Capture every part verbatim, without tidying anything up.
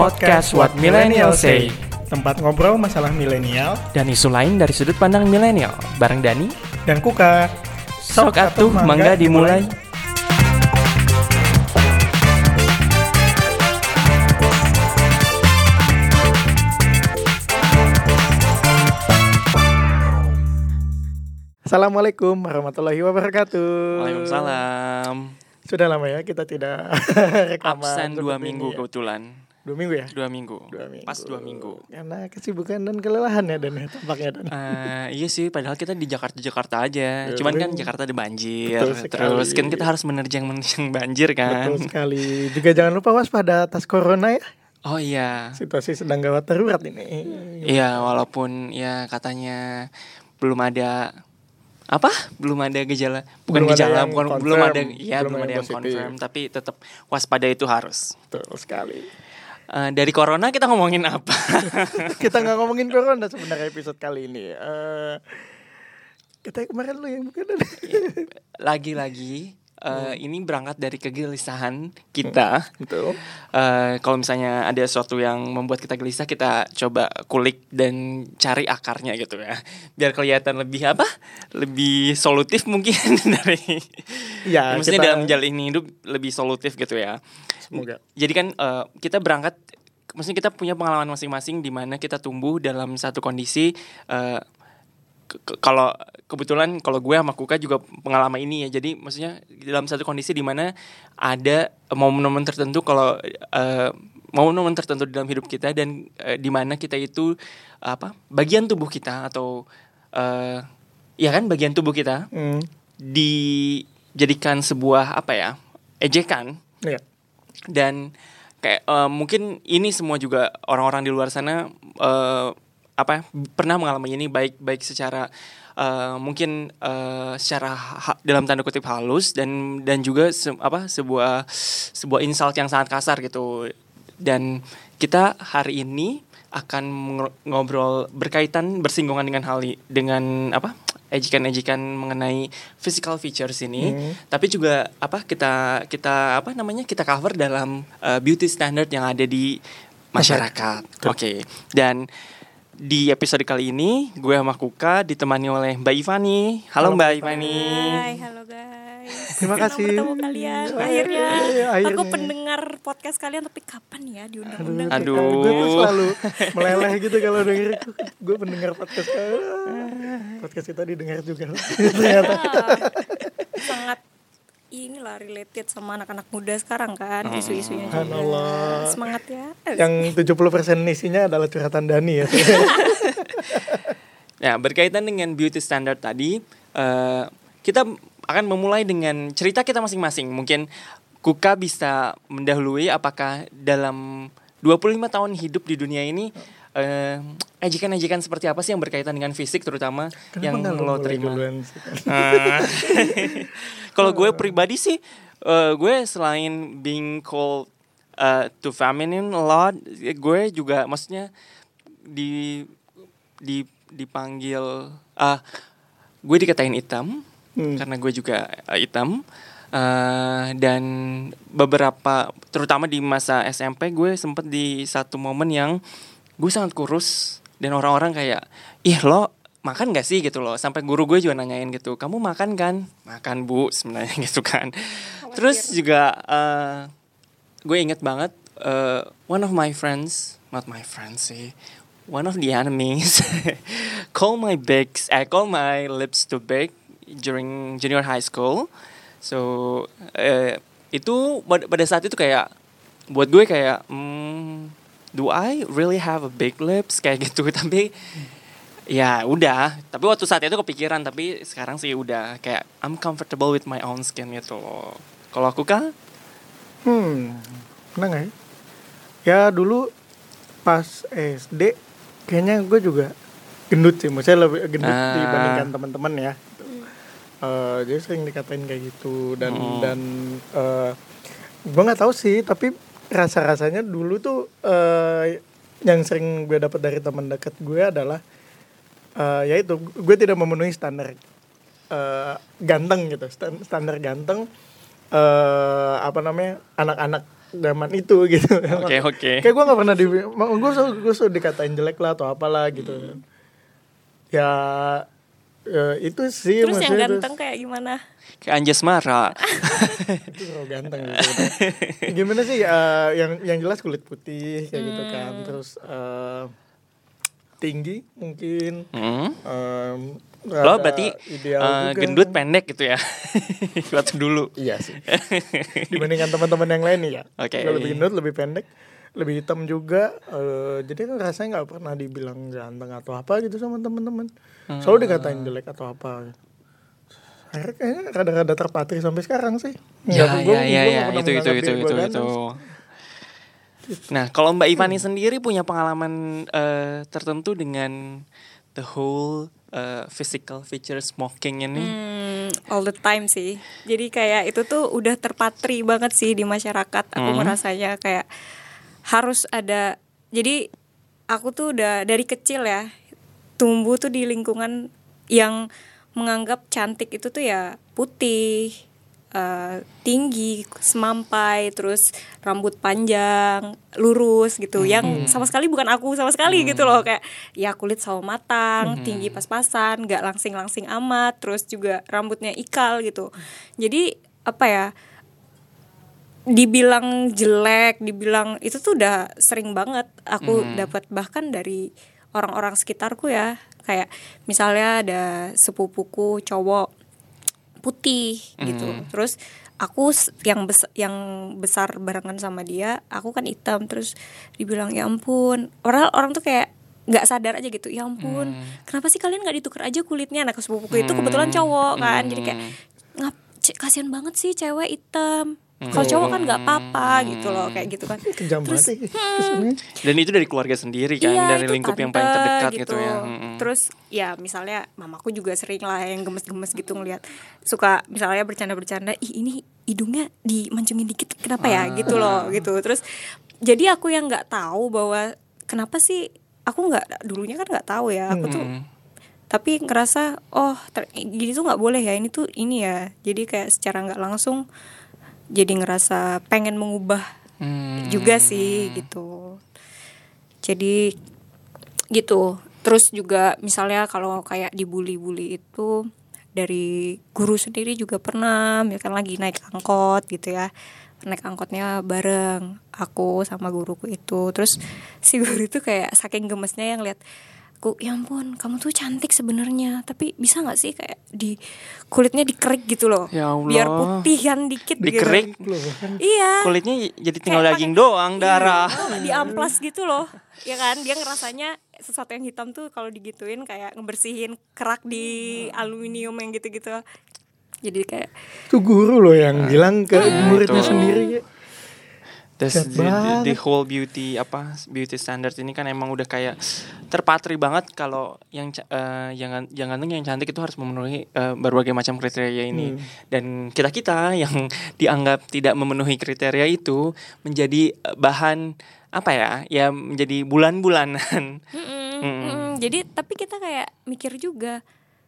Podcast What Millennials Say, tempat ngobrol masalah milenial dan isu lain dari sudut pandang milenial. Bareng Dani dan Kuka. Sok atuh mangga dimulai. Assalamualaikum warahmatullahi wabarakatuh. Waalaikumsalam. Sudah lama ya kita tidak rekaman. Absen dua minggu ya. kebetulan. Dua minggu ya? Dua minggu. Dua minggu. Pas dua minggu. Karena kesibukan dan kelelahan ya Dan ya tampaknya Dan. Uh, iya sih, padahal kita di Jakarta-Jakarta aja. Ya, Cuman kan Jakarta ada banjir. Terus kan kita harus menerjang-menerjang banjir kan. Betul sekali. Juga jangan lupa waspada atas corona ya. Oh iya. Situasi sedang gawat darurat ini. Iya, walaupun ya katanya belum ada apa belum ada gejala bukan belum gejala ada bukan confirm, belum ada ya belum, belum ada yang positif. confirm, tapi tetap waspada itu harus. Betul sekali. Uh, dari corona kita ngomongin apa? Kita nggak ngomongin corona sebenarnya episode kali ini. Uh, kita kemarin lu yang bukan ada. Lagi-lagi uh, hmm. ini berangkat dari kegelisahan kita. Betul. Uh, kalau misalnya ada sesuatu yang membuat kita gelisah, kita coba kulik dan cari akarnya gitu ya, biar kelihatan lebih apa? Lebih solutif mungkin dari. Ya, maksudnya kita dalam menjalani hidup lebih solutif gitu ya. Semoga. Jadi kan uh, kita berangkat, maksudnya kita punya pengalaman masing-masing di mana kita tumbuh dalam satu kondisi. Uh, ke- kalau kebetulan kalau gue sama Kuka juga pengalaman ini ya. Jadi maksudnya dalam satu kondisi di mana ada momen-momen tertentu kalau uh, momen-momen tertentu di dalam hidup kita dan uh, di mana kita itu uh, apa bagian tubuh kita atau uh, ya kan bagian tubuh kita mm. dijadikan sebuah apa ya ejekan. Yeah. Dan kayak uh, mungkin ini semua juga orang-orang di luar sana uh, apa pernah mengalami ini, baik baik secara uh, mungkin uh, secara ha- dalam tanda kutip halus dan dan juga se- apa sebuah sebuah insult yang sangat kasar gitu. Dan kita hari ini akan ngobrol berkaitan bersinggungan dengan hal dengan apa ejekan-ejekan mengenai physical features ini, hmm. tapi juga apa kita kita apa namanya kita cover dalam uh, beauty standard yang ada di masyarakat. Oke. Okay. Dan di episode kali ini gue sama Kuka ditemani oleh Mbak Ivani. Halo, halo Mbak Ivani. Hai, halo guys. Terima kasih. Bertemu kalian. Akhirnya, akhirnya aku pendengar podcast kalian, tapi kapan ya diundang-undang? Aduh. Aduh. Gue tuh selalu meleleh gitu kalau denger gue pendengar podcast kalian. Podcast kita didengar juga. Ternyata. Sangat inilah related sama anak-anak muda sekarang kan, hmm. isu-isunya juga. Allah. Semangat ya. Yang tujuh puluh persen isinya adalah curhatan Dani ya. Ya, berkaitan dengan beauty standard tadi, uh, kita akan memulai dengan cerita kita masing-masing. Mungkin Kuka bisa mendahului apakah dalam dua puluh lima tahun hidup di dunia ini uh, ejekan-ejekan seperti apa sih yang berkaitan dengan fisik terutama. Kenapa yang lo terima. Uh, kalau gue pribadi sih, uh, gue selain being called uh, to feminine a lot, gue juga maksudnya di di dipanggil uh, gue dikatain hitam. Hmm. Karena gue juga uh, hitam uh, dan beberapa terutama di masa S M P gue sempet di satu momen yang gue sangat kurus dan orang-orang kayak ih lo makan gak sih gitu loh, sampai guru gue juga nanyain gitu, kamu makan kan? Makan bu sebenarnya gitu kan. Terus juga uh, gue inget banget uh, one of my friends not my friends sih one of the enemies call my bigs I call my lips too big during junior high school. So uh, itu pada saat itu kayak buat gue kayak hmm, do I really have a big lips kayak gitu. Tapi ya udah, tapi waktu saat itu kepikiran, tapi sekarang sih udah kayak I'm comfortable with my own skin gitu loh. Kalau aku kan hmm pernah nggak ya? Ya dulu pas S D kayaknya gue juga gendut sih, maksudnya lebih gendut ah. dibandingkan teman-teman ya. Uh, jadi sering dikatain kayak gitu dan hmm. dan uh, gue nggak tahu sih, tapi rasa-rasanya dulu tuh uh, yang sering gue dapat dari teman dekat gue adalah uh, yaitu gue tidak memenuhi standar uh, ganteng gitu, standar ganteng uh, apa namanya anak-anak zaman itu gitu. Oke oke. Kayak gue nggak pernah di, gue selalu gue selalu dikatain jelek lah atau apalah gitu. Hmm. Ya, ya itu sih. Terus yang ganteng terus, kayak gimana? Kayak Anjasmara. Itu terlalu ganteng gitu. Gimana sih uh, yang yang jelas kulit putih kayak hmm. gitu kan. Terus uh, tinggi mungkin. Hmm. Um, Lo berarti uh, gendut kan. Pendek gitu ya. Waktu dulu. Iya sih. Dibandingkan teman-teman yang lain nih ya. Okay. Gue lebih gendut, lebih pendek, lebih hitam juga. Uh, jadi kan rasanya nggak pernah dibilang ganteng atau apa gitu sama teman-teman. Hmm. Selalu dikatain jelek atau apa. Akhirnya kayaknya rada-rada terpatri sampai sekarang sih. Ya ya ya, ya. Itu itu itu itu itu. Nah kalau Mbak Ivani hmm. sendiri punya pengalaman uh, tertentu dengan the whole Uh, physical feature smoking ini? Hmm, all the time sih. Jadi kayak itu tuh udah terpatri banget sih di masyarakat. Aku hmm. merasanya kayak harus ada. Jadi aku tuh udah dari kecil ya tumbuh tuh di lingkungan yang menganggap cantik itu tuh ya putih, uh, tinggi, semampai, terus rambut panjang, lurus gitu. Hmm. Yang sama sekali bukan aku sama sekali hmm. gitu loh. Kayak ya kulit sawo matang, hmm. tinggi pas-pasan, gak langsing-langsing amat, terus juga rambutnya ikal gitu. Jadi apa ya, dibilang jelek, dibilang itu tuh udah sering banget aku hmm. dapat bahkan dari orang-orang sekitarku ya. Kayak misalnya ada sepupuku cowok putih gitu. Mm. Terus aku yang bes- yang besar barengan sama dia, aku kan hitam. Terus dibilang ya ampun, orang orang tuh kayak nggak sadar aja gitu. Ya ampun, mm. kenapa sih kalian nggak ditukar aja kulitnya? Nah, sepupuku mm. itu kebetulan cowok kan, mm. jadi kayak ngap c- kasian banget sih cewek hitam. Kalau cowok kan nggak apa-apa gitu loh, kayak gitu kan. Kejam terus banget hmm, dan itu dari keluarga sendiri kan, iya, dari lingkup yang paling terdekat gitu, gitu ya. Hmm. Terus ya misalnya mamaku juga sering lah yang gemes-gemes gitu ngelihat, suka misalnya bercanda-bercanda, ih ini hidungnya dimancungin dikit kenapa ya, ah. gitu loh gitu. Terus jadi aku yang nggak tahu bahwa kenapa sih, aku nggak dulunya kan nggak tahu ya, aku tuh hmm. tapi ngerasa oh ter- gini tuh nggak boleh ya, ini tuh ini ya. Jadi kayak secara nggak langsung jadi ngerasa pengen mengubah hmm. juga sih gitu. Jadi gitu. Terus juga misalnya kalau kayak dibully-bully itu dari guru sendiri juga pernah, misalkan lagi naik angkot gitu ya, naik angkotnya bareng aku sama guruku itu. Terus si guru itu kayak saking gemesnya yang lihat aku, ya ampun kamu tuh cantik sebenarnya, tapi bisa nggak sih kayak di kulitnya dikerik gitu loh, ya Allah, biar putihan dikit dikerik gitu. Iya, kulitnya jadi tinggal kayak daging pake, doang, darah iya, diamplas gitu loh, ya kan. Dia ngerasanya sesuatu yang hitam tuh kalau digituin kayak ngebersihin kerak di aluminium yang gitu-gitu. Jadi kayak itu guru loh yang uh, bilang ke uh, muridnya itu sendiri ya. The, the, the whole beauty apa beauty standard ini kan emang udah kayak terpatri banget kalau yang uh, yang yang ganteng yang cantik itu harus memenuhi uh, berbagai macam kriteria ini. Hmm. Dan kita-kita yang dianggap tidak memenuhi kriteria itu menjadi bahan apa ya? Ya menjadi bulan-bulanan. Mm-mm, mm. Mm, jadi tapi kita kayak mikir juga,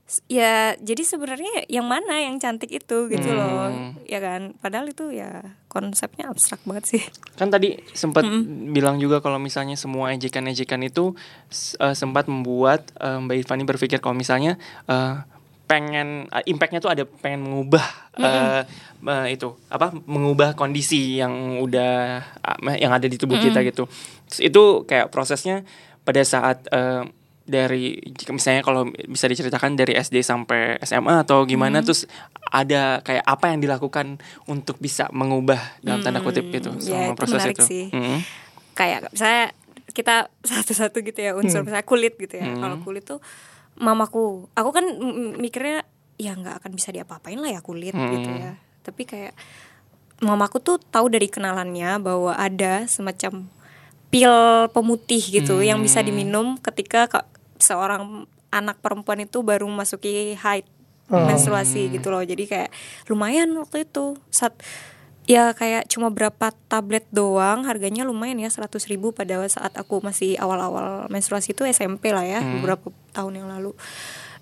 ya jadi sebenarnya yang mana yang cantik itu gitu hmm. loh, ya kan. Padahal itu ya konsepnya abstrak banget sih. Kan tadi sempat hmm. bilang juga kalau misalnya semua ejekan-ejekan itu uh, sempat membuat uh, Mbak Ivani berpikir kalau misalnya uh, pengen uh, impactnya tuh ada pengen mengubah hmm. uh, uh, itu apa mengubah kondisi yang udah uh, yang ada di tubuh hmm. kita gitu. Terus itu kayak prosesnya pada saat uh, dari misalnya kalau bisa diceritakan dari S D sampai S M A atau gimana, hmm. terus ada kayak apa yang dilakukan untuk bisa mengubah dalam tanda kutip gitu hmm, selama ya, itu proses menarik itu. Sih. Hmm. Kayak misalnya kita satu-satu gitu ya unsur, hmm. misalnya kulit gitu ya. Hmm. Kalau kulit tuh mamaku, aku kan mikirnya ya nggak akan bisa diapa-apain lah ya kulit hmm. gitu ya. Tapi kayak mamaku tuh tahu dari kenalannya bahwa ada semacam pil pemutih gitu hmm. yang bisa diminum ketika seorang anak perempuan itu baru memasuki haid, oh. menstruasi gitu loh. Jadi kayak lumayan waktu itu saat ya kayak cuma berapa tablet doang, harganya lumayan ya seratus ribu pada saat aku masih awal-awal menstruasi itu S M P lah ya, hmm. beberapa tahun yang lalu.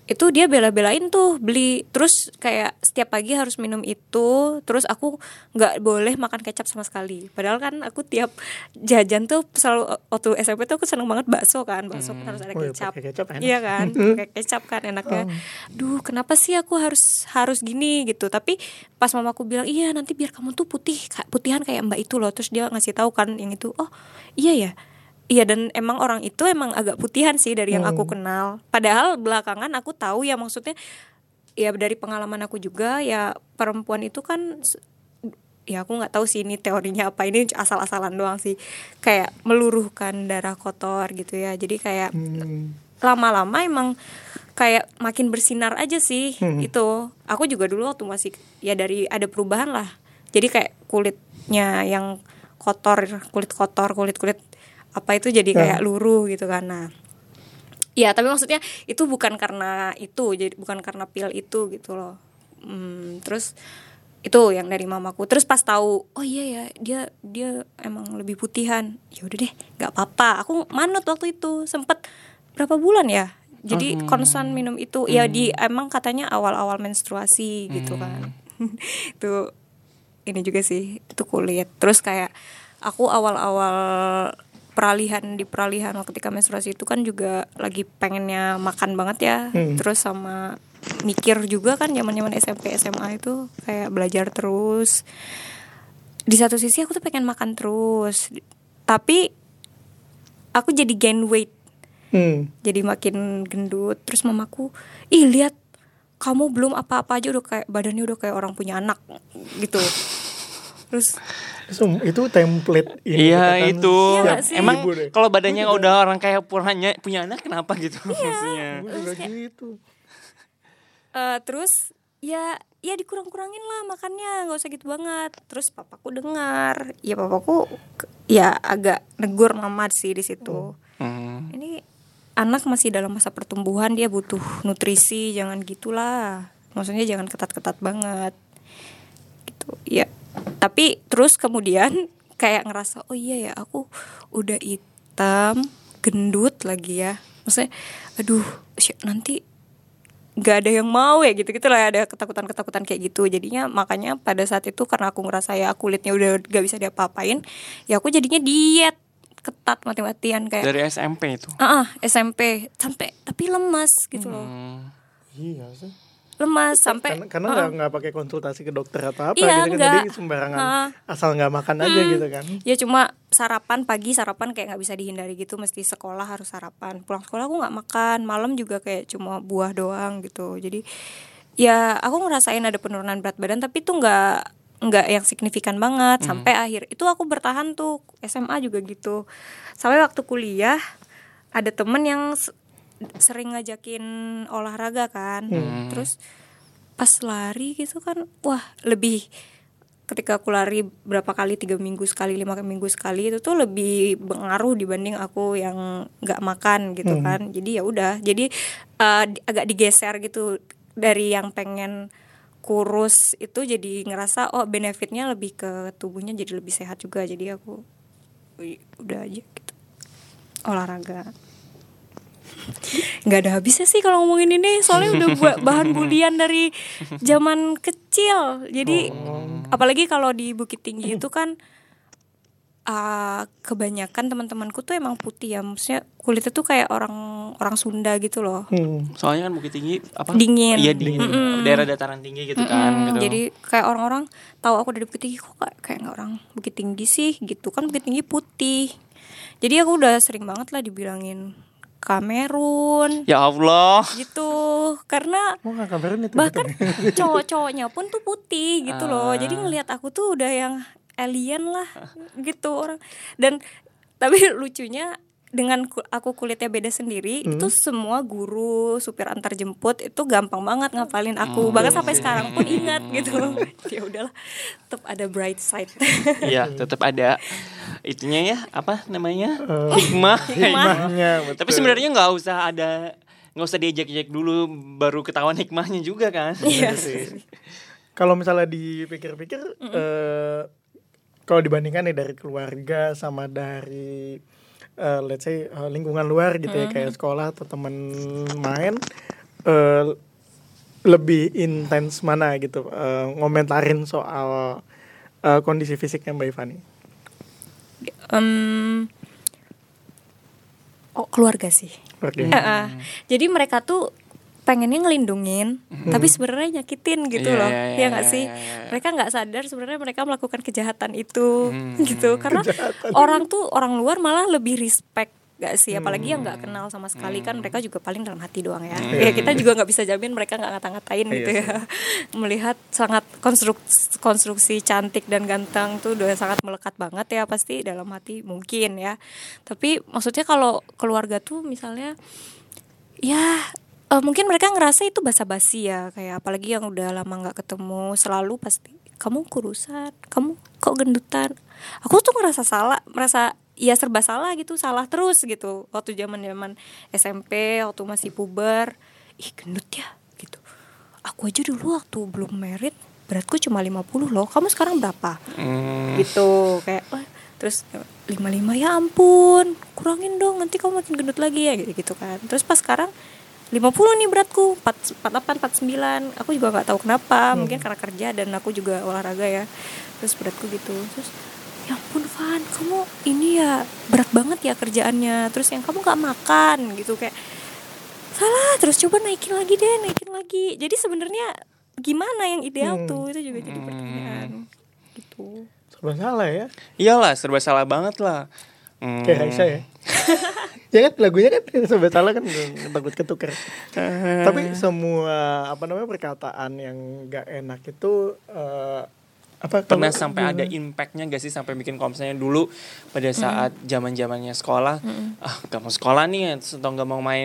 itu dia bela-belain tuh beli, terus kayak setiap pagi harus minum itu, terus aku nggak boleh makan kecap sama sekali. Padahal kan aku tiap jajan tuh selalu, waktu S M P tuh aku seneng banget bakso kan, bakso kan harus ada Oh, ya, kecap, pakai kecap enak. iya kan, pakai kecap kan enaknya. Duh, kenapa sih aku harus harus gini gitu? Tapi pas mamaku bilang iya nanti biar kamu tuh putih, putihan kayak mbak itu loh. Terus dia ngasih tahu kan yang itu, oh iya ya. Iya, dan emang orang itu emang agak putihan sih dari yang aku kenal. Padahal belakangan aku tahu ya, maksudnya ya dari pengalaman aku juga ya, perempuan itu kan ya aku nggak tahu sih ini teorinya apa, ini asal-asalan doang sih, kayak meluruhkan darah kotor gitu ya. Jadi kayak hmm. lama-lama emang kayak makin bersinar aja sih hmm. itu. Aku juga dulu waktu masih ya dari ada perubahan lah. Jadi kayak kulitnya yang kotor, kulit kotor, kulit-kulit apa itu jadi kayak luruh gitu kan. Nah, ya tapi maksudnya itu bukan karena itu, jadi bukan karena pil itu gitu loh. Hmm, terus itu yang dari mamaku. Terus pas tahu, oh iya ya dia dia emang lebih putihan. Ya udah deh, nggak apa-apa. Aku manut waktu itu, sempet berapa bulan ya. Jadi hmm. konstan minum itu. Hmm. Ya di emang katanya awal-awal menstruasi gitu hmm. kan. Itu ini juga sih, itu kulit. Terus kayak aku awal-awal peralihan di peralihan ketika menstruasi itu kan juga lagi pengennya makan banget ya, hmm. terus sama mikir juga kan zaman-zaman S M P S M A itu kayak belajar terus. Di satu sisi aku tuh pengen makan terus, tapi aku jadi gain weight, hmm. jadi makin gendut. Terus mamaku, ih lihat kamu belum apa-apa aja udah kayak badannya udah kayak orang punya anak gitu. Terus itu template ini. Iya itu ya, emang kalau badannya udah orang kayak punya punya anak kenapa gitu iya, maksudnya. Terus, gitu. uh, terus ya ya dikurang-kurangin lah makannya, nggak usah gitu banget. Terus papaku dengar, ya papaku ya agak negur mama sih di situ. Hmm. Ini anak masih dalam masa pertumbuhan, dia butuh nutrisi, jangan gitulah. Maksudnya jangan ketat-ketat banget. Gitu. Ya. Tapi terus kemudian kayak ngerasa oh iya ya aku udah hitam, gendut lagi ya. Maksudnya aduh nanti gak ada yang mau ya gitu-gitu lah, ada ketakutan-ketakutan kayak gitu. Jadinya makanya pada saat itu karena aku ngerasa ya kulitnya udah gak bisa diapa-apain, ya aku jadinya diet ketat mati-matian kayak dari S M P itu. Heeh, uh-uh, S M P sampai tapi lemas gitu loh. Hmm. Iya sih. Lemas sampai karena nggak uh, nggak pakai konsultasi ke dokter atau apa iya, gitu kan, jadi sembarangan uh, asal nggak makan aja hmm, gitu kan. Ya cuma sarapan pagi, sarapan kayak nggak bisa dihindari gitu, mesti sekolah harus sarapan. Pulang sekolah aku nggak makan, malam juga kayak cuma buah doang gitu. Jadi ya aku ngerasain ada penurunan berat badan, tapi itu nggak nggak yang signifikan banget. hmm. Sampai akhir itu aku bertahan tuh S M A juga gitu. Sampai waktu kuliah ada temen yang sering ngajakin olahraga kan, hmm. terus pas lari gitu kan, wah lebih ketika aku lari berapa kali, tiga minggu sekali, lima minggu sekali, itu tuh lebih pengaruh dibanding aku yang nggak makan gitu hmm. kan. Jadi ya udah, jadi uh, agak digeser gitu dari yang pengen kurus itu jadi ngerasa oh benefitnya lebih ke tubuhnya jadi lebih sehat juga. Jadi aku udah aja gitu olahraga. Nggak ada habisnya sih kalau ngomongin ini, soalnya udah buat bahan bulian dari zaman kecil. Jadi oh. apalagi kalau di Bukit Tinggi itu kan uh, kebanyakan teman-temanku tuh emang putih ya, maksudnya kulitnya tuh kayak orang orang Sunda gitu loh. Hmm. Soalnya kan Bukit Tinggi apa? Dingin. Iya dingin. Mm-mm. Daerah dataran tinggi gitu Mm-mm. kan. Gitu. Jadi kayak orang-orang tahu aku dari Bukit Tinggi, kok kayak nggak orang Bukit Tinggi sih gitu kan, Bukit Tinggi putih. Jadi aku udah sering banget lah dibilangin Kamerun. Ya Allah. Gitu. Karena oh, Kamerun itu bahkan cowok-cowoknya pun tuh putih gitu loh. Uh. Jadi ngelihat aku tuh udah yang alien lah gitu orang. Dan tapi lucunya dengan aku kulitnya beda sendiri, hmm. itu semua guru, supir antar jemput itu gampang banget ngapalin aku. Hmm. Bahkan sampai sekarang pun ingat gitu. Ya udahlah, tetap ada bright side. Iya, tetap ada itunya ya, apa namanya? Uh, hikmah. Hikmahnya. Tapi sebenarnya nggak usah ada, nggak usah diejek-ejek dulu baru ketahuan hikmahnya juga kan. Iya sih. Kalau misalnya dipikir-pikir, mm-hmm. uh, kalau dibandingkan nih dari keluarga sama dari uh, let's say uh, lingkungan luar gitu mm-hmm. ya, kayak sekolah atau teman main, uh, lebih intens mana gitu uh, ngomentarin soal uh, kondisi fisiknya Mbak Ivani? Um, oh keluarga sih. Okay. Uh, uh, jadi mereka tuh pengennya ngelindungin, hmm. tapi sebenarnya nyakitin gitu yeah, loh, yeah, yeah, ya nggak yeah, sih? Yeah, yeah. Mereka nggak sadar sebenarnya mereka melakukan kejahatan itu, hmm. gitu. Karena kejahatan. Orang tuh orang luar malah lebih respect, gak sih? Apalagi hmm. yang nggak kenal sama sekali kan mereka juga paling dalam hati doang ya. Hmm. Ya kita juga nggak bisa jamin mereka nggak ngata-ngatain gitu ya. Melihat sangat konstruksi, konstruksi cantik dan ganteng tuh udah sangat melekat banget ya pasti dalam hati mungkin ya. Tapi maksudnya kalau keluarga tuh misalnya, ya. Uh, mungkin mereka ngerasa itu basa-basi ya, kayak apalagi yang udah lama nggak ketemu selalu pasti kamu kurusan, kamu kok gendutan. Aku tuh ngerasa salah, merasa ya serba salah gitu, salah terus gitu. Waktu zaman-zaman S M P, waktu masih puber, ih gendut ya gitu. Aku aja dulu waktu belum married beratku cuma lima puluh loh, kamu sekarang berapa? Hmm. Gitu kayak wah, terus lima puluh lima ya ampun, kurangin dong nanti kamu makin gendut lagi ya gitu kan. Terus pas sekarang lima puluh nih beratku, empat puluh delapan, empat puluh sembilan. Aku juga gak tahu kenapa, hmm. mungkin karena kerja dan aku juga olahraga ya. Terus beratku gitu. Terus ya ampun Van, kamu ini ya berat banget ya kerjaannya. Terus yang kamu gak makan gitu, kayak salah, terus coba naikin lagi deh, naikin lagi. Jadi sebenarnya gimana yang ideal hmm. tuh, itu juga jadi pertanyaan gitu. Serba salah ya? Iyalah, serba salah banget lah. Hmm. Kayak Raisa ya. Ya kan lagunya kan serba salah kan takut ketukar. Uh. Tapi semua apa namanya perkataan yang gak enak itu uh, apa pernah sampai gimana? Ada impactnya gak sih sampai bikin kalau misalnya dulu pada saat mm. zaman-zamannya sekolah, mm. ah gak mau sekolah nih atau gak mau main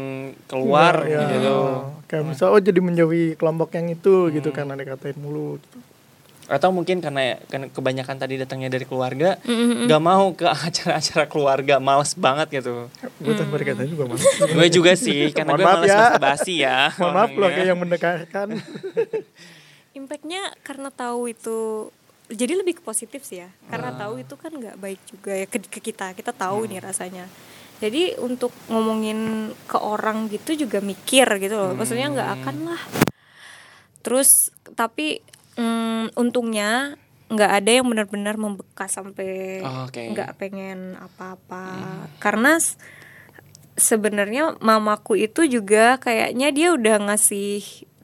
keluar ya, gitu. Ya. Kayak misal oh jadi menjauhi kelompok yang itu mm. gitu karena dikatain mulu gitu. Atau mungkin karena, karena kebanyakan tadi datangnya dari keluarga, mm-hmm. gak mau ke acara-acara keluarga, males banget gitu. Gue tuh berkata juga males. Gue juga sih, karena gue males ya. Basa-basi ya. Mohon maaf keluarga yang mendekarkan. Impactnya karena tahu itu, jadi lebih ke positif sih ya. Karena ah. tahu itu kan gak baik juga ya ke, ke kita, kita tahu hmm. nih rasanya. Jadi untuk ngomongin ke orang gitu juga mikir gitu loh. Maksudnya gak akan lah. Terus tapi Hmm, untungnya nggak ada yang benar-benar membekas sampai nggak oh, okay. pengen apa-apa hmm. karena sebenarnya mamaku itu juga kayaknya dia udah ngasih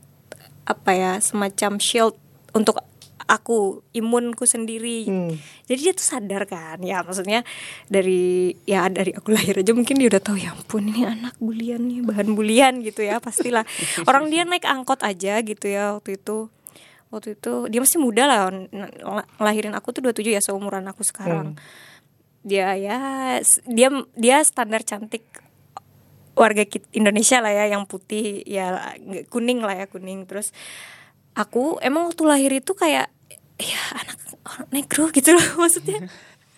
apa ya semacam shield untuk aku, imunku sendiri. Hmm. Jadi dia tuh sadar kan ya, maksudnya dari ya dari aku lahir aja mungkin dia udah tahu ya ampun ini anak bulian nih, bahan bulian gitu ya pastilah. Orang dia naik angkot aja gitu ya waktu itu. Waktu itu dia masih muda lah, ngelahirin aku tuh dua puluh tujuh ya, seumuran aku sekarang. Hmm. Dia ya dia dia standar cantik warga Indonesia lah ya, yang putih ya, kuning lah ya, kuning. Terus aku emang waktu lahir itu kayak ya anak orang negro gitu loh maksudnya.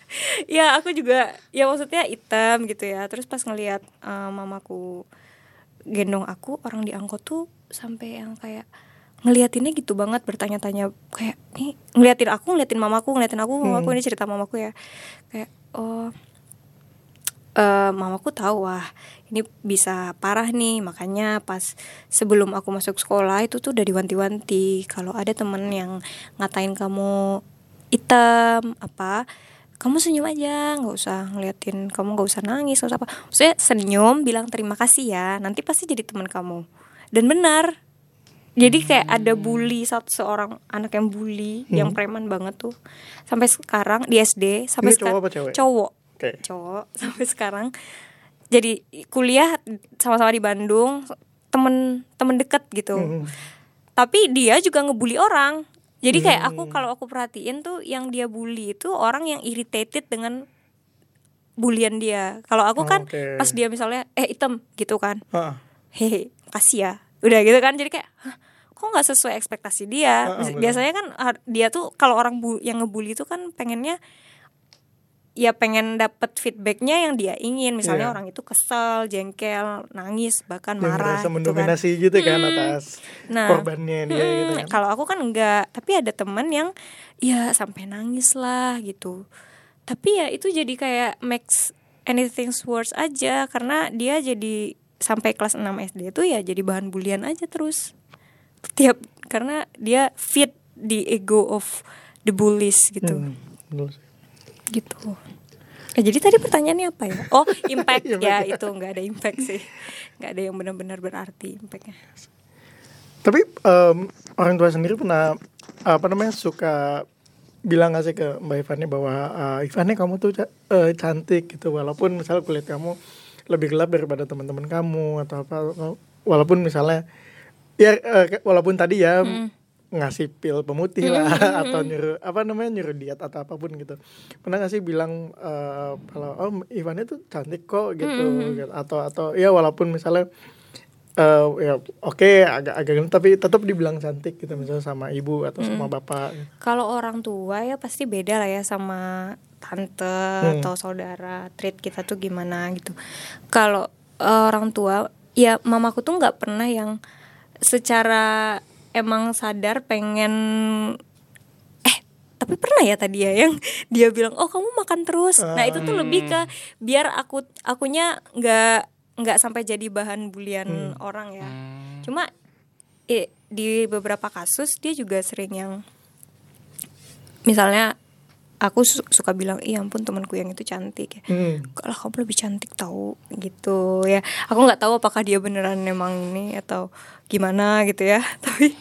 Ya aku juga ya maksudnya hitam gitu ya. Terus pas ngelihat uh, mamaku gendong aku, orang di angkot tuh sampai yang kayak ngeliatinnya gitu banget, bertanya-tanya kayak nih, ngeliatin aku, ngeliatin mamaku, ngeliatin aku, mamaku hmm. ini cerita mamaku ya, kayak oh uh, mamaku tahu wah ini bisa parah nih, makanya pas sebelum aku masuk sekolah itu tuh udah diwanti-wanti kalau ada temen yang ngatain kamu hitam apa, kamu senyum aja, nggak usah ngeliatin, kamu nggak usah nangis, nggak usah apa, saya senyum bilang terima kasih ya, nanti pasti jadi teman kamu. Dan benar. Jadi kayak ada bully, satu seorang anak yang bully, hmm. yang preman banget tuh. Sampai sekarang di S D sampai sekarang cowok apa cewek? Cowok. Okay. Cowok sampai sekarang. Jadi kuliah sama-sama di Bandung, temen temen deket gitu. Hmm. Tapi dia juga ngebully orang. Jadi kayak aku kalau aku perhatiin tuh yang dia bully itu orang yang irritated dengan bulian dia. Kalau aku kan okay. pas dia misalnya eh hitam gitu kan. Uh. Hehe, makasih ya. Udah gitu kan, jadi kayak hah, kok nggak sesuai ekspektasi dia. Uh, uh, biasanya kan dia tuh kalau orang bu- yang ngebully itu kan pengennya ya pengen dapet feedbacknya yang dia ingin, misalnya yeah. orang itu kesel, jengkel, nangis, bahkan yang marah gitu kan, mendominasi gitu kan hmm. atas nah, korbannya dia hmm, gitu kan. Kalau aku kan enggak, tapi ada teman yang ya sampai nangis lah gitu. Tapi ya itu jadi kayak makes anything worse aja, karena dia jadi sampai kelas enam S D tuh ya jadi bahan bulian aja terus tiap, karena dia fit di ego of the bullies gitu. Hmm, gitu. Eh, jadi tadi pertanyaannya apa ya? Oh, impact ya, itu nggak ada impact sih, nggak ada yang benar-benar berarti impactnya. Tapi um, orang tua sendiri pernah apa namanya suka bilang nggak sih ke Mbak Ivani bahwa uh, Ivani kamu tuh uh, cantik gitu, walaupun misalnya kulit kamu lebih gelap daripada teman-teman kamu atau apa, walaupun misalnya ya uh, walaupun tadi ya mm. ngasih pil pemutih lah mm-hmm. atau nyuruh apa namanya nyuruh diet atau apapun gitu, pernah nggak sih bilang uh, kalau oh Ivani tuh cantik kok gitu, mm-hmm. gitu. atau atau ya walaupun misalnya Uh, ya oke okay, agak agak tapi tetap dibilang cantik gitu misalnya sama ibu atau hmm. sama bapak. Kalau orang tua ya pasti beda lah ya sama tante hmm. atau saudara, treat kita tuh gimana gitu. Kalau uh, orang tua ya mamaku tuh nggak pernah yang secara emang sadar pengen eh tapi pernah ya tadi ya yang dia bilang oh kamu makan terus. Nah itu tuh lebih ke biar aku akunya nggak nggak sampai jadi bahan bulian hmm. orang ya. Hmm. Cuma eh, di beberapa kasus dia juga sering yang misalnya aku su- suka bilang iya ampun temanku yang itu cantik ya. Hmm. Kalau kamu lebih cantik tahu gitu ya. Aku nggak tahu apakah dia beneran emang ini atau gimana gitu ya. Tapi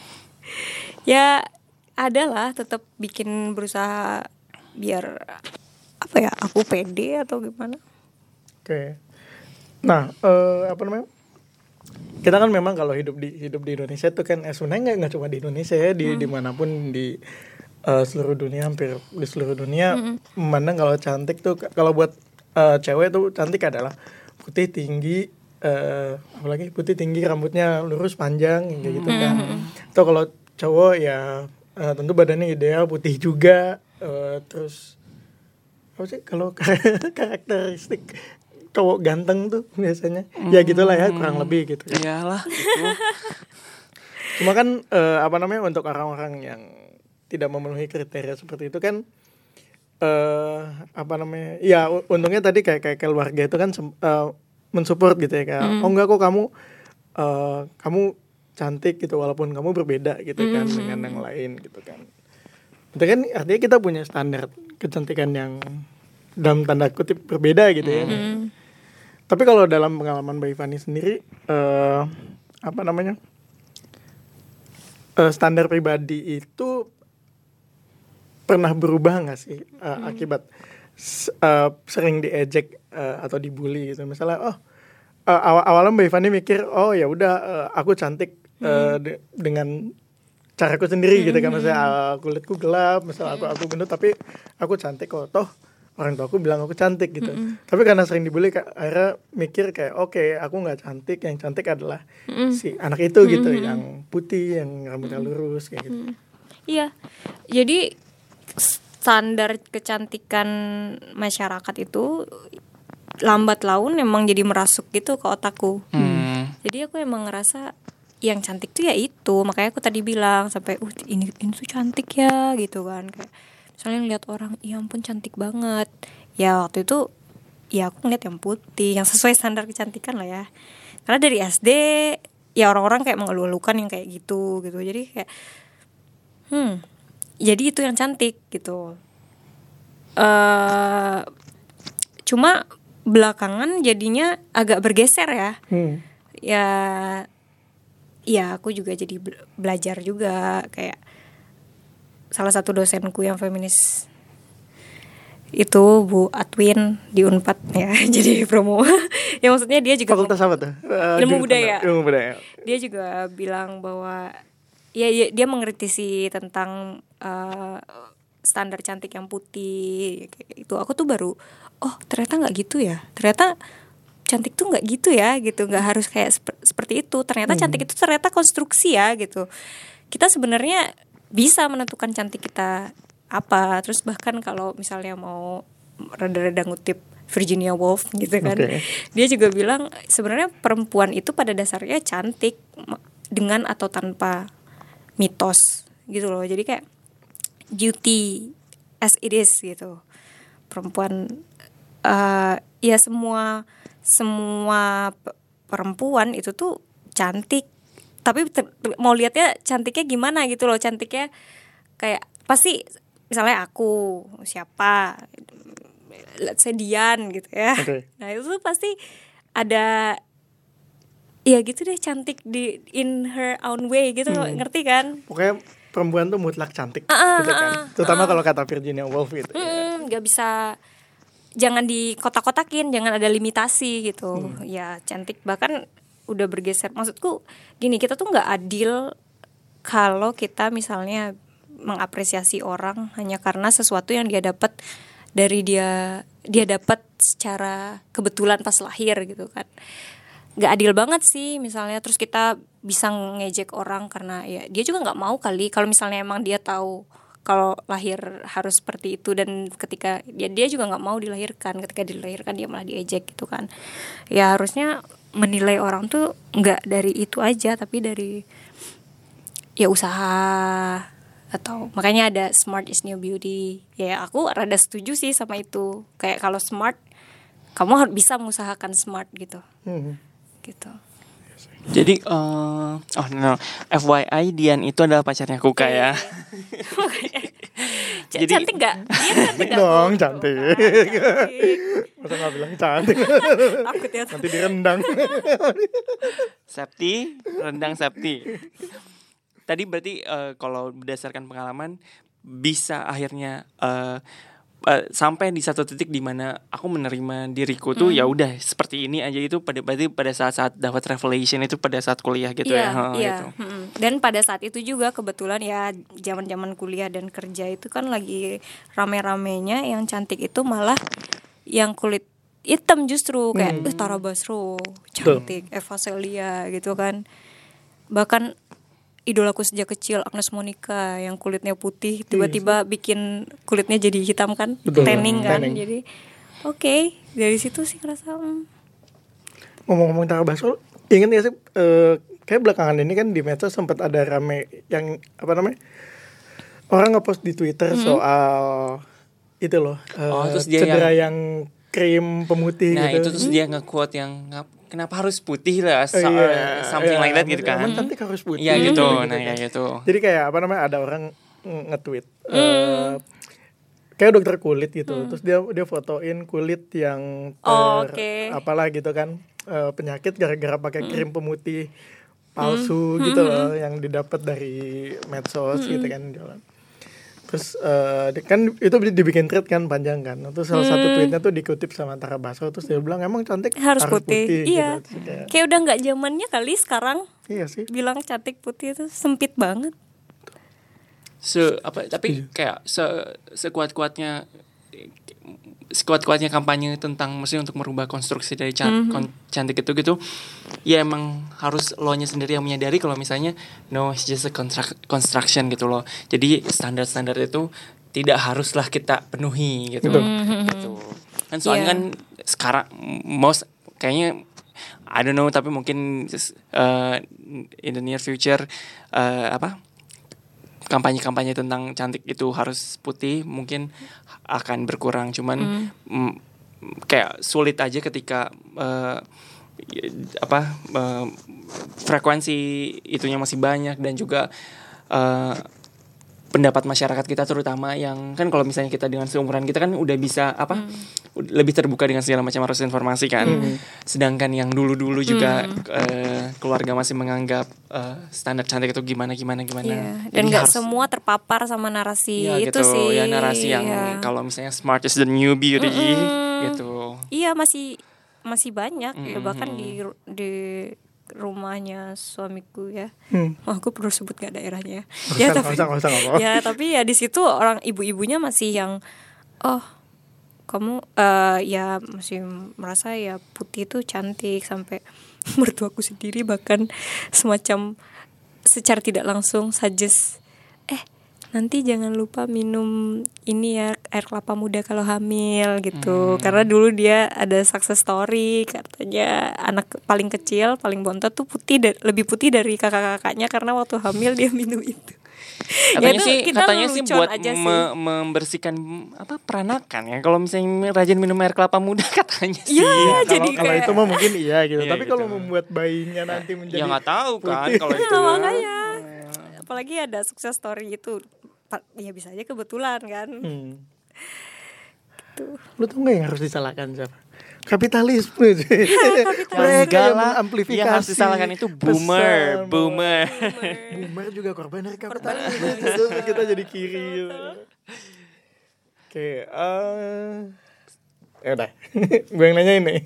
ya adalah tetap bikin berusaha biar apa ya aku pede atau gimana. Oke. Okay. Nah, uh, apa namanya? Kita kan memang kalau hidup di hidup di Indonesia tuh kan eh, sebenarnya nggak nggak cuma di Indonesia ya, di hmm. dimanapun di uh, seluruh dunia, hampir di seluruh dunia hmm. memandang kalau cantik tuh kalau buat uh, cewek tuh cantik adalah putih tinggi, uh, apalagi putih tinggi rambutnya lurus panjang kayak gitu kan. Hmm. Atau kalau cowok ya uh, tentu badannya ideal putih juga, uh, terus apa sih kalau karakteristik cowok ganteng tuh biasanya hmm. ya gitulah ya kurang lebih gitu kan. Iyalah gitu. Cuma kan uh, apa namanya untuk orang-orang yang tidak memenuhi kriteria seperti itu kan uh, apa namanya ya untungnya tadi kayak kayak keluarga itu kan uh, mensupport gitu ya kayak hmm. oh enggak kok kamu uh, kamu cantik gitu walaupun kamu berbeda gitu kan hmm. dengan yang lain gitu kan. Itu kan artinya kita punya standar kecantikan yang dalam tanda kutip berbeda gitu ya. Hmm. Tapi kalau dalam pengalaman Mbak Ivani sendiri, uh, apa namanya, uh, standar pribadi itu pernah berubah nggak sih uh, hmm. akibat uh, sering diejek uh, atau dibully gitu? Misalnya, oh uh, awal awalnya Mbak Ivani mikir, oh ya udah uh, aku cantik uh, hmm. de- dengan caraku sendiri hmm. gitu kan, misalnya uh, kulitku gelap, misalnya aku aku gendut tapi aku cantik kok, toh orang tua aku bilang aku cantik gitu. Mm-mm. Tapi karena sering dibully akhirnya mikir kayak oke okay, aku nggak cantik, yang cantik adalah Mm-mm. si anak itu Mm-mm. gitu yang putih yang rambutnya lurus kayak gitu. Mm-mm. Iya, jadi standar kecantikan masyarakat itu lambat laun emang jadi merasuk gitu ke otakku. Mm. Jadi aku emang ngerasa yang cantik tuh ya itu, makanya aku tadi bilang sampai uh ini ini tuh cantik ya gitu kan kayak. Misalnya ngeliat orang, ya ampun cantik banget. Ya waktu itu, ya aku ngeliat yang putih, yang sesuai standar kecantikan lah ya. Karena dari S D, ya orang-orang kayak mengeluh-elukan yang kayak gitu, gitu. Jadi kayak, hmm, jadi itu yang cantik gitu. Uh, cuma belakangan jadinya agak bergeser ya. Hmm. Ya, ya aku juga jadi belajar juga kayak. Salah satu dosenku yang feminis itu Bu Atwin di Unpad ya, jadi promo. Ya maksudnya dia juga fakultas apa tuh? Uh, ilmu budaya. Ilmu budaya. Dia juga bilang bahwa ya dia, dia mengkritisi tentang uh, standar cantik yang putih itu. Aku tuh baru oh ternyata nggak gitu ya. Ternyata cantik tuh nggak gitu ya gitu. Nggak harus kayak sep- seperti itu. Ternyata hmm. cantik itu ternyata konstruksi ya gitu. Kita sebenarnya bisa menentukan cantik kita apa. Terus bahkan kalau misalnya mau rada-rada ngutip Virginia Woolf gitu kan, okay. Dia juga bilang sebenarnya perempuan itu pada dasarnya cantik dengan atau tanpa mitos gitu loh. Jadi kayak beauty as it is gitu. Perempuan uh, ya semua semua perempuan itu tuh cantik, tapi ter- mau lihatnya cantiknya gimana gitu loh. Cantiknya kayak pasti misalnya aku siapa, let's say Dian gitu ya. Okay. Nah itu tuh pasti ada, ya gitu deh, cantik di in her own way gitu, hmm. ngerti kan? Pokoknya perempuan tuh mutlak cantik, uh, gitu kan. Uh, Terutama uh, kalau kata Virginia Woolf gitu. Mm, ya. Gak bisa, jangan dikotak-kotakin, jangan ada limitasi gitu. Hmm. Ya cantik bahkan udah bergeser. Maksudku gini, kita tuh nggak adil kalau kita misalnya mengapresiasi orang hanya karena sesuatu yang dia dapat dari dia dia dapat secara kebetulan pas lahir gitu kan. Gak adil banget sih misalnya. Terus kita bisa ngejek orang karena ya dia juga nggak mau kali kalau misalnya emang dia tahu kalau lahir harus seperti itu, dan ketika dia dia juga nggak mau dilahirkan, ketika dilahirkan dia malah diejek gitu kan. Ya harusnya menilai orang tuh nggak dari itu aja, tapi dari ya usaha. Atau makanya ada smart is new beauty. Ya aku rada setuju sih sama itu. Kayak kalau smart, kamu harus bisa mengusahakan smart gitu. Hmm. Gitu. Jadi uh, oh no, F Y I Dian itu adalah pacarnya Kuka ya. Jadi cantik nggak? Dia cantik dong, cantik. Masa nggak bilang cantik? Takut ya. Nanti direndang. Septi, rendang Septi. Tadi berarti uh, kalau berdasarkan pengalaman bisa akhirnya uh, uh, sampai di satu titik di mana aku menerima diriku tuh hmm. ya udah seperti ini aja, itu pada berarti pada saat-saat dapat revelation itu pada saat kuliah gitu yeah, ya. Oh, yeah. gitu. Hmm. Dan pada saat itu juga kebetulan ya zaman-zaman kuliah dan kerja itu kan lagi rame-ramenya yang cantik itu malah yang kulit hitam justru kayak hmm. eh Tara Basro cantik, Eva Celia gitu kan. Bahkan idolaku sejak kecil Agnes Monica yang kulitnya putih tiba-tiba bikin kulitnya jadi hitam kan. Betul, tanning kan tanning. Jadi oke okay, dari situ sih ngerasa hmm. Ngomong-ngomong Tara Basro, ingat ya sih uh, kayak belakangan ini kan di medsos sempat ada rame yang apa namanya orang ngepost di Twitter hmm. soal itu loh uh, oh, cedera yang, yang krim pemutih nah, gitu. Nah itu terus hmm. dia nge-quote yang kenapa harus putih lah, so, oh, iya, something iya, like that gitu kan. Emang cantik harus putih. Iya gitu, gitu, nah kan. ya gitu. Jadi kayak apa namanya ada orang nge-tweet mm. uh, kayak dokter kulit gitu. Mm. Terus dia dia fotoin kulit yang ter oh, okay. apalah gitu kan, uh, penyakit gara-gara pakai mm. krim pemutih palsu mm. gitu loh yang didapat dari medsos mm. gitu kan jalan. Terus uh, kan itu dibikin thread kan panjang kan. Terus salah hmm. satu tweetnya tuh dikutip sama Tara Basro. Terus dia bilang emang cantik harus, harus putih, putih iya. Gitu. Kayak, kayak udah gak zamannya kali sekarang. Iya sih. Bilang cantik putih itu sempit banget. Se apa tapi kayak se sekuat-kuatnya sekuat-kuatnya kampanye tentang maksudnya untuk merubah konstruksi dari can- mm-hmm. kon- cantik itu gitu. Ya emang harus lo nya sendiri yang menyadari kalau misalnya no it's just a construct- construction gitu loh. Jadi standar-standar itu tidak haruslah kita penuhi gitu. Mm-hmm. Gitu. Kan soalnya yeah. kan sekarang most kayaknya I don't know tapi mungkin uh, in the near future uh, apa kampanye-kampanye tentang cantik itu harus putih mungkin akan berkurang, cuman mm. m, kayak sulit aja ketika uh, apa uh, frekuensi itunya masih banyak dan juga uh, pendapat masyarakat kita terutama yang kan kalau misalnya kita dengan seumuran kita kan udah bisa apa mm. lebih terbuka dengan segala macam arus informasi kan, mm. sedangkan yang dulu-dulu juga mm. uh, keluarga masih menganggap uh, standar cantik itu gimana gimana gimana yeah. dan nggak semua terpapar sama narasi ya, itu gitu. sih Ya narasi yang yeah. kalau misalnya smart is the new beauty mm-hmm. gitu. Iya masih masih banyak mm-hmm. ya bahkan di di rumahnya suamiku ya, hmm. oh, aku perlu sebut gak daerahnya ya, ya tapi usah, usah, usah, ya tapi ya di situ orang ibu-ibunya masih yang oh kamu uh, ya masih merasa ya putih itu cantik, sampai mertuaku sendiri bahkan semacam secara tidak langsung suggest eh nanti jangan lupa minum ini ya air kelapa muda kalau hamil gitu. Hmm. Karena dulu dia ada success story katanya anak paling kecil paling bontot tuh putih da- lebih putih dari kakak-kakaknya karena waktu hamil dia minum itu. Katanya itu sih kita katanya sih lelucon buat aja sih. me- membersihkan apa peranakan ya. Kalau misalnya rajin minum air kelapa muda katanya sih. Iya, Ya, jadi kalau kalau kayak- itu mah mungkin iya gitu. Iya, Tapi gitu. kalau membuat bayinya nanti menjadi Ya nggak tahu kan putih. kalau itu. Nah, makanya apalagi ada sukses story itu, Pa- ya bisa aja kebetulan kan. Hmm. Lu tau gak yang harus disalahkan siapa? Kapitalisme. Mereka Enggak yang lah, mengamplifikasi yang harus disalahkan itu boomer, pesan. boomer. Boomer juga korban dari kapitalisme. Terus kita jadi kiri gitu. Oke, eh ya udah. Gue yang nanya ini.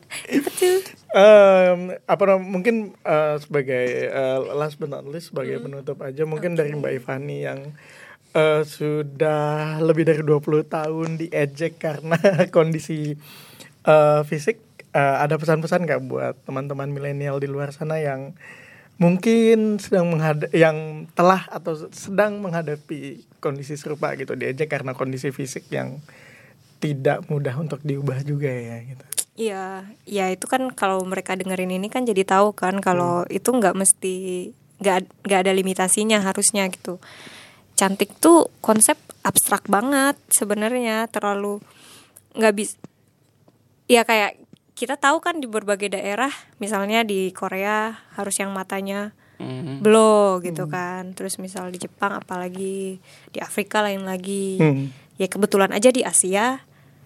um, apa nam- mungkin eh, sebagai eh, last but not least sebagai penutup aja mungkin dari Mbak Ivani yang eh, sudah lebih dari dua puluh tahun diejek karena kondisi eh, fisik, eh, ada pesan-pesan gak buat teman-teman milenial di luar sana yang mungkin sedang menghadap, yang telah atau sedang menghadapi kondisi serupa gitu, diejek karena kondisi fisik yang tidak mudah untuk diubah juga ya gitu. Iya, ya itu kan kalau mereka dengerin ini kan jadi tahu kan kalau itu nggak mesti nggak nggak ada limitasinya harusnya gitu. Cantik tuh konsep abstrak banget sebenarnya, terlalu nggak bisa. Ya kayak kita tahu kan di berbagai daerah, misalnya di Korea harus yang matanya Mhm. blow gitu kan. Terus misal di Jepang apalagi, di Afrika lain lagi. Hmm. Ya kebetulan aja di Asia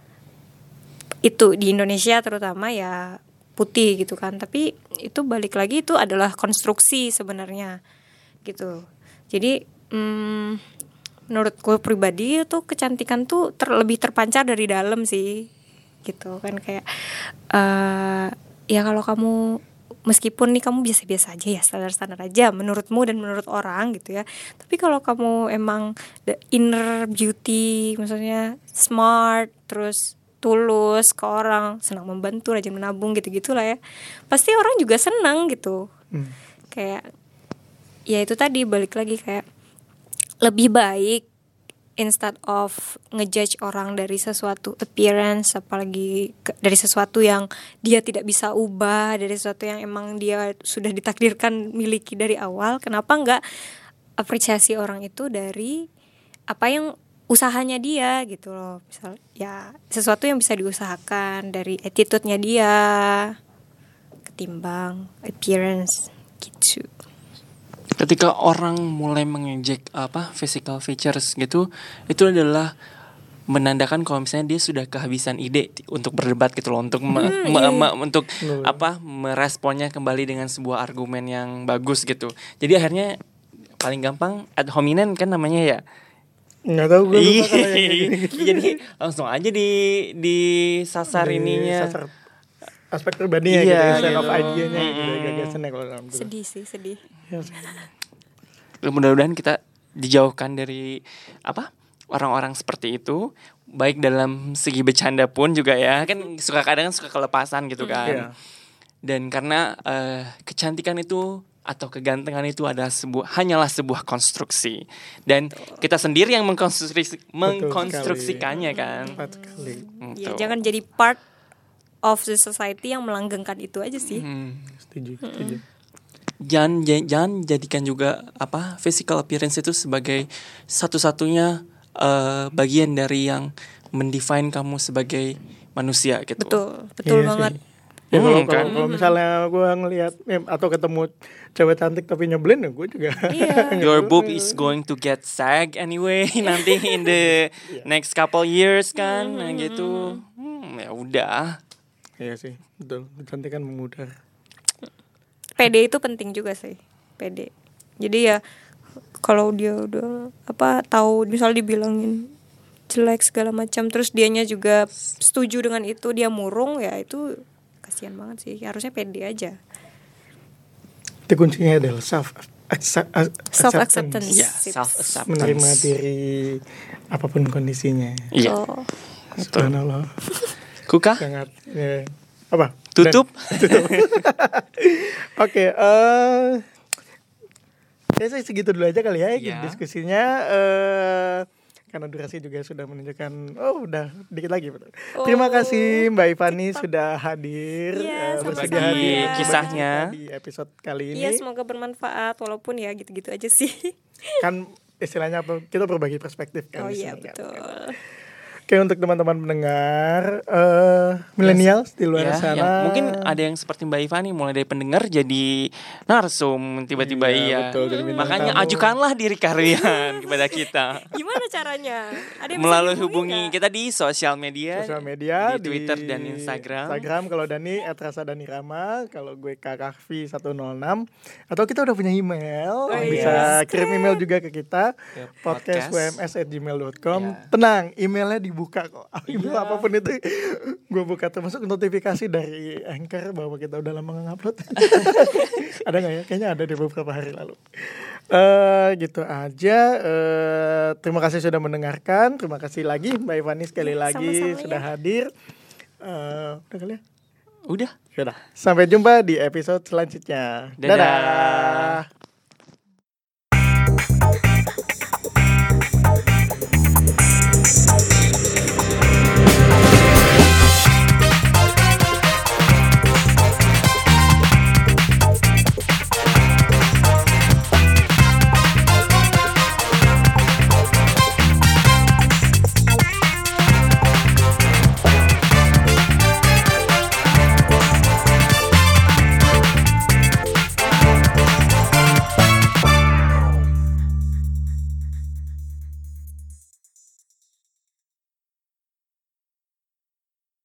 itu, di Indonesia terutama ya putih gitu kan. Tapi itu balik lagi itu adalah konstruksi sebenarnya gitu. Jadi hmm, menurutku pribadi itu kecantikan tuh ter, lebih terpancar dari dalam sih gitu kan. Kayak uh, ya kalau kamu meskipun nih kamu biasa-biasa aja ya, standar-standar aja menurutmu dan menurut orang gitu ya, tapi kalau kamu emang the inner beauty, maksudnya smart, terus tulus ke orang, senang membantu, rajin menabung gitu-gitu lah ya, pasti orang juga senang gitu. Hmm. Kayak ya itu tadi balik lagi kayak lebih baik instead of ngejudge orang dari sesuatu appearance, apalagi ke, dari sesuatu yang dia tidak bisa ubah, dari sesuatu yang emang dia sudah ditakdirkan miliki dari awal, kenapa nggak apresiasi orang itu dari apa yang usahanya dia gitu loh. Misal ya sesuatu yang bisa diusahakan dari attitude-nya dia ketimbang appearance gitu. Ketika orang mulai mengejek apa physical features gitu, itu adalah menandakan kalau misalnya dia sudah kehabisan ide untuk berdebat gitu loh, untuk me, Hmm, me- iya. me- untuk Hmm. apa meresponnya kembali dengan sebuah argumen yang bagus gitu. Jadi akhirnya paling gampang ad hominem kan namanya ya. Nggak tahu gue lupa kalau yang kayak gini. Jadi langsung aja di disasar Di ininya. sasar aspek pribadinya Iya, gitu, instead gitu. of idea-nya gitu, Mm-mm. gagasannya kalau dalam dulu. Sedih sih, sedih. Ya, Mudah-mudahan kita dijauhkan dari apa orang-orang seperti itu, baik dalam segi bercanda pun juga ya, kan suka kadang suka kelepasan gitu kan. Iya. Dan karena eh, kecantikan itu atau kegantengan itu adalah sebuah hanyalah sebuah konstruksi, dan kita sendiri yang mengkonstruksi mengkonstruksikannya kan. Tepat sekali. Ya, Gitu. jangan jadi part of the society yang melanggengkan itu aja sih. Hmm. Setuju, setuju. Jangan j- jangan jadikan juga apa physical appearance itu sebagai satu-satunya eh, bagian dari yang mendefine kamu sebagai manusia gitu. Betul, betul Iya banget. sih. Ya kalau Hmm, kalau kan? kalau misalnya gue ngelihat eh, atau ketemu cewek cantik tapi nyebelin ya gue juga. Iya. Your boob is going to get sag anyway nanti in the next couple years kan, nah gitu. Hmm, ya udah. Iya sih, betul. Kecantikan memudar. Pede itu penting juga sih, pede. Jadi ya kalau dia udah apa tahu misal dibilangin jelek segala macam, terus dianya juga setuju dengan itu, dia murung, ya itu kasihan banget sih. Harusnya pede aja. Itu kuncinya adalah self Self acceptance. Ya, self acceptance. Menerima diri apapun kondisinya. Iya. Oh. Subhanallah. Kuka? Sangat ya. Apa? Tutup? Oke, eh ya saya segitu dulu aja kali ya Iya. diskusinya, eh karena durasi juga sudah menunjukkan oh udah dikit lagi. Oh. Terima kasih Mbak Ivani sudah hadir, Iya, eh, bersedia sama-sama. hadir Berbagi berbagi kisahnya. cerita di episode kali ini. Iya, semoga bermanfaat walaupun ya gitu-gitu aja sih. Kan istilahnya apa? Kita berbagi perspektif kan. Oh di iya sini, kan. betul. Oke, untuk teman-teman pendengar uh, milenial di luar Ya, sana, yang mungkin ada yang seperti Mbak Iva nih, mulai dari pendengar jadi narsum tiba-tiba Iya, iya. betul, jadi bintang Makanya tamu. ajukanlah diri kalian kepada kita. Gimana caranya? Ada yang bisa Melalui dihubungi hubungi nggak? kita di sosial media, sosial media di Twitter dan Instagram. Instagram kalau Dani et rasa dani rama, kalau gue kakakvi seratus enam, atau kita udah punya email, Oh, bisa iya. kirim email juga ke kita, Ke podcast podcast. w m s at gmail dot com. Ya. Tenang, emailnya dibuka kok. Email Iya. apapun itu gue buka, termasuk notifikasi dari Anchor bahwa kita udah lama nge-upload. Ada nggak ya? Kayaknya ada di beberapa hari lalu. Eh gitu aja. Eh terima kasih sudah mendengarkan. Terima kasih lagi Mbak Ivani sekali Ya, lagi sama-sama sudah ya. hadir. Eh udah kali ya? Udah. Sudah. Sampai jumpa di episode selanjutnya. Dadah. Dadah.